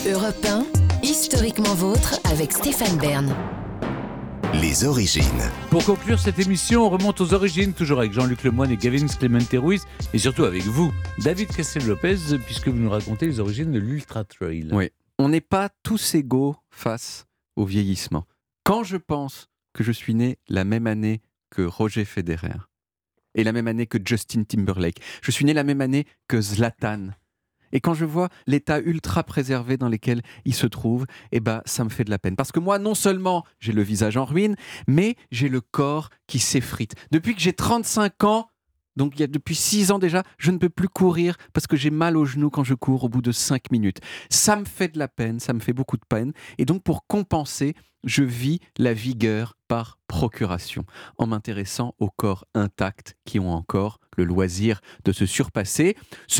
Europe 1, historiquement vôtre avec Stéphane Bern. Les origines. Pour conclure cette émission, on remonte aux origines, toujours avec Jean-Luc Lemoyne et Gavin Clemente Ruiz, et surtout avec vous, David Castel-Lopez, puisque vous nous racontez les origines de l'Ultra Trail. Oui, on n'est pas tous égaux face au vieillissement. Quand je pense que je suis né la même année que Roger Federer, et la même année que Justin Timberlake, je suis né la même année que Zlatan, et quand je vois l'état ultra préservé dans lequel il se trouve, ça me fait de la peine. Parce que moi, non seulement j'ai le visage en ruine, mais j'ai le corps qui s'effrite. Depuis que j'ai 35 ans, donc depuis 6 ans déjà, je ne peux plus courir parce que j'ai mal aux genoux quand je cours au bout de 5 minutes. Ça me fait de la peine, ça me fait beaucoup de peine. Et donc pour compenser, je vis la vigueur par procuration, en m'intéressant aux corps intacts qui ont encore le loisir de se surpasser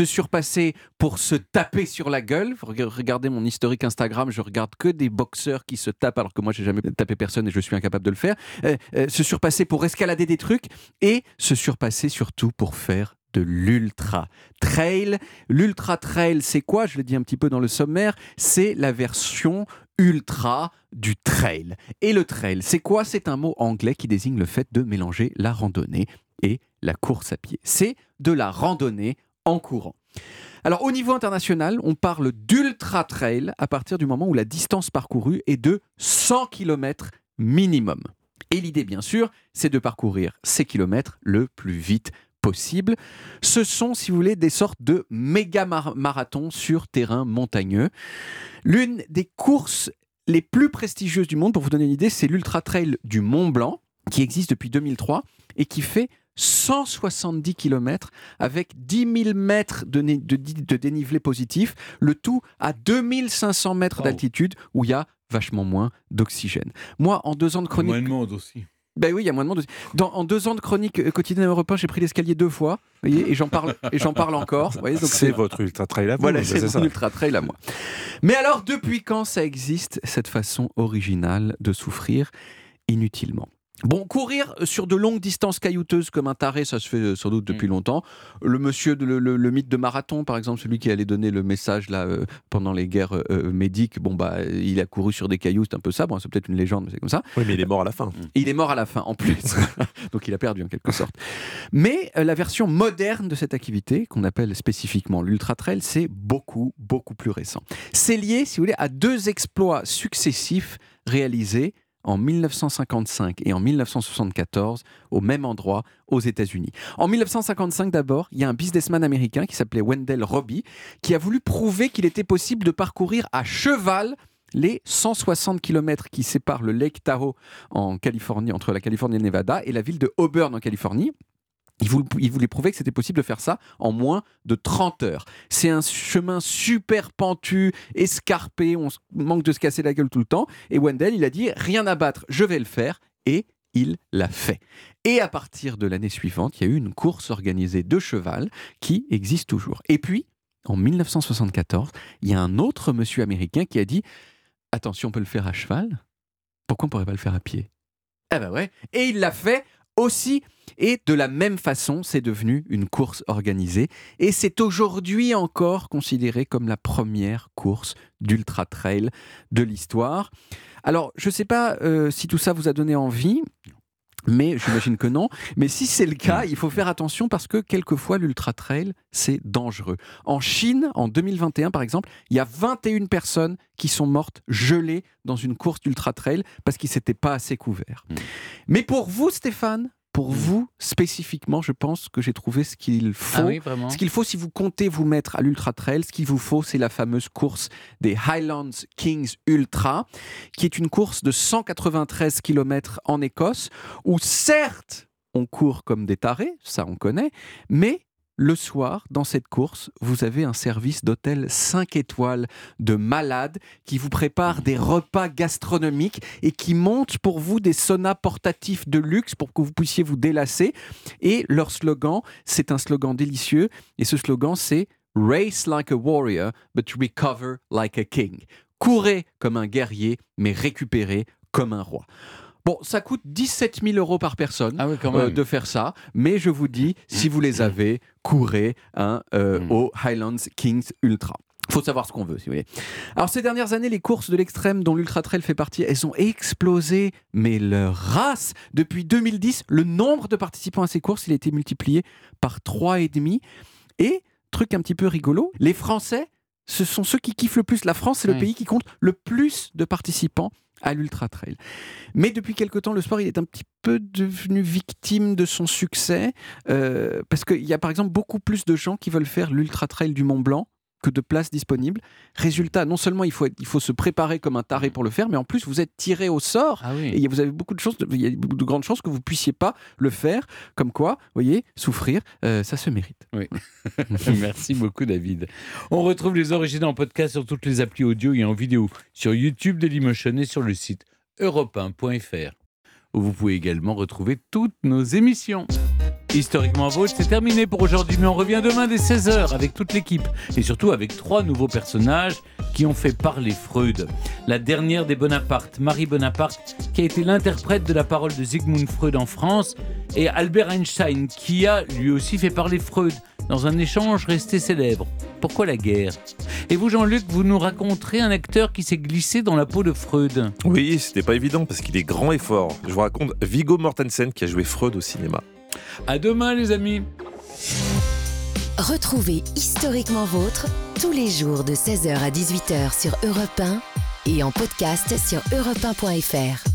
pour se taper sur la gueule. Regardez mon historique Instagram, je regarde que des boxeurs qui se tapent alors que moi j'ai jamais tapé personne et je suis incapable de le faire. Se surpasser pour escalader des trucs et se surpasser surtout pour faire de l'ultra trail. L'ultra trail, c'est quoi ? Je le dis un petit peu dans le sommaire, c'est la version ultra du trail. Et le trail, c'est quoi ? C'est un mot anglais qui désigne le fait de mélanger la randonnée et la course à pied. C'est de la randonnée en courant. Alors au niveau international, on parle d'ultra trail à partir du moment où la distance parcourue est de 100 km minimum. Et l'idée, bien sûr, c'est de parcourir ces kilomètres le plus vite possible. Ce sont, si vous voulez, des sortes de méga marathons sur terrain montagneux. L'une des courses les plus prestigieuses du monde, pour vous donner une idée, c'est l'Ultra Trail du Mont Blanc, qui existe depuis 2003 et qui fait 170 km avec 10 000 mètres de dénivelé positif, le tout à 2500 mètres d'altitude où il y a vachement moins d'oxygène. Moi, en 2 ans de chronique... Moins de monde aussi. Ben oui, il y a moins de monde. En 2 ans de chronique quotidienne européen, j'ai pris l'escalier 2 fois, vous voyez, et j'en parle encore. Vous voyez, donc c'est votre ultra trail à vous. Voilà, c'est mon ultra trail à moi. Mais alors, depuis quand ça existe, cette façon originale de souffrir inutilement ? Bon, courir sur de longues distances caillouteuses comme un taré, ça se fait sans doute depuis longtemps. Le monsieur, le mythe de Marathon, par exemple, celui qui allait donner le message là, pendant les guerres médiques, il a couru sur des cailloux, c'est un peu ça. Bon, c'est peut-être une légende, mais c'est comme ça. Oui, mais il est mort à la fin. Et il est mort à la fin, en plus. Donc il a perdu en quelque sorte. Mais la version moderne de cette activité, qu'on appelle spécifiquement l'Ultra Trail, c'est beaucoup, beaucoup plus récent. C'est lié, si vous voulez, à 2 exploits successifs réalisés en 1955 et en 1974, au même endroit, aux États-Unis. En 1955, d'abord, il y a un businessman américain qui s'appelait Wendell Robbie, qui a voulu prouver qu'il était possible de parcourir à cheval les 160 km qui séparent le Lake Tahoe en Californie, entre la Californie et le Nevada, et la ville de Auburn en Californie. Il voulait prouver que c'était possible de faire ça en moins de 30 heures. C'est un chemin super pentu, escarpé, on manque de se casser la gueule tout le temps. Et Wendell, il a dit, rien à battre, je vais le faire. Et il l'a fait. Et à partir de l'année suivante, il y a eu une course organisée de cheval qui existe toujours. Et puis, en 1974, il y a un autre monsieur américain qui a dit, attention, on peut le faire à cheval, pourquoi on ne pourrait pas le faire à pied ? Eh ben ouais, et il l'a fait aussi. Et de la même façon, c'est devenu une course organisée. Et c'est aujourd'hui encore considéré comme la première course d'ultra trail de l'histoire. Alors, je ne sais pas si tout ça vous a donné envie, mais j'imagine que non. Mais si c'est le cas, il faut faire attention parce que quelquefois, l'ultra trail, c'est dangereux. En Chine, en 2021 par exemple, il y a 21 personnes qui sont mortes gelées dans une course d'ultra trail parce qu'ils ne s'étaient pas assez couverts. Mais pour vous, Stéphane, pour vous, spécifiquement, je pense que j'ai trouvé ce qu'il faut. Ah oui, vraiment ? Ce qu'il faut si vous comptez vous mettre à l'Ultra Trail, ce qu'il vous faut, c'est la fameuse course des Highlands Kings Ultra, qui est une course de 193 km en Écosse, où certes, on court comme des tarés, ça on connaît, mais le soir, dans cette course, vous avez un service d'hôtel 5 étoiles de malade qui vous prépare des repas gastronomiques et qui monte pour vous des saunas portatifs de luxe pour que vous puissiez vous délasser. Et leur slogan, c'est un slogan délicieux. Et ce slogan, c'est « Race like a warrior, but recover like a king ». Courez comme un guerrier, mais récupérez comme un roi. Bon, ça coûte 17 000 € par personne de faire ça, mais je vous dis, si vous les avez, courez aux Highlands Kings Ultra. Il faut savoir ce qu'on veut, si vous voulez. Alors, ces dernières années, les courses de l'extrême dont l'Ultra Trail fait partie, elles ont explosé, mais leur race. Depuis 2010, le nombre de participants à ces courses, il a été multiplié par 3,5. Et, truc un petit peu rigolo, les Français, ce sont ceux qui kiffent le plus. La France, c'est le pays qui compte le plus de participants à l'Ultra Trail. Mais depuis quelque temps, le sport il est un petit peu devenu victime de son succès, parce qu'il y a par exemple beaucoup plus de gens qui veulent faire l'Ultra Trail du Mont Blanc que de places disponibles. Résultat, non seulement il faut se préparer comme un taré pour le faire, mais en plus vous êtes tiré au sort. Ah oui. Et vous avez beaucoup de chances, il y a de grandes chances que vous puissiez pas le faire. Comme quoi, vous voyez, souffrir, ça se mérite. Oui. Merci beaucoup, David. On retrouve les origines en podcast sur toutes les applis audio et en vidéo sur YouTube Dailymotion et sur le site europe1.fr, où vous pouvez également retrouver toutes nos émissions. Historiquement Vôtre, c'est terminé pour aujourd'hui, mais on revient demain dès 16h avec toute l'équipe et surtout avec 3 nouveaux personnages qui ont fait parler Freud. La dernière des Bonaparte, Marie Bonaparte, qui a été l'interprète de la parole de Sigmund Freud en France, et Albert Einstein, qui a lui aussi fait parler Freud dans un échange resté célèbre. Pourquoi la guerre ? Et vous, Jean-Luc, vous nous raconterez un acteur qui s'est glissé dans la peau de Freud. Oui, c'était pas évident parce qu'il est grand et fort. Je vous raconte Viggo Mortensen qui a joué Freud au cinéma. À demain, les amis. Retrouvez Historiquement Vôtre tous les jours de 16h à 18h sur Europe 1 et en podcast sur europe1.fr.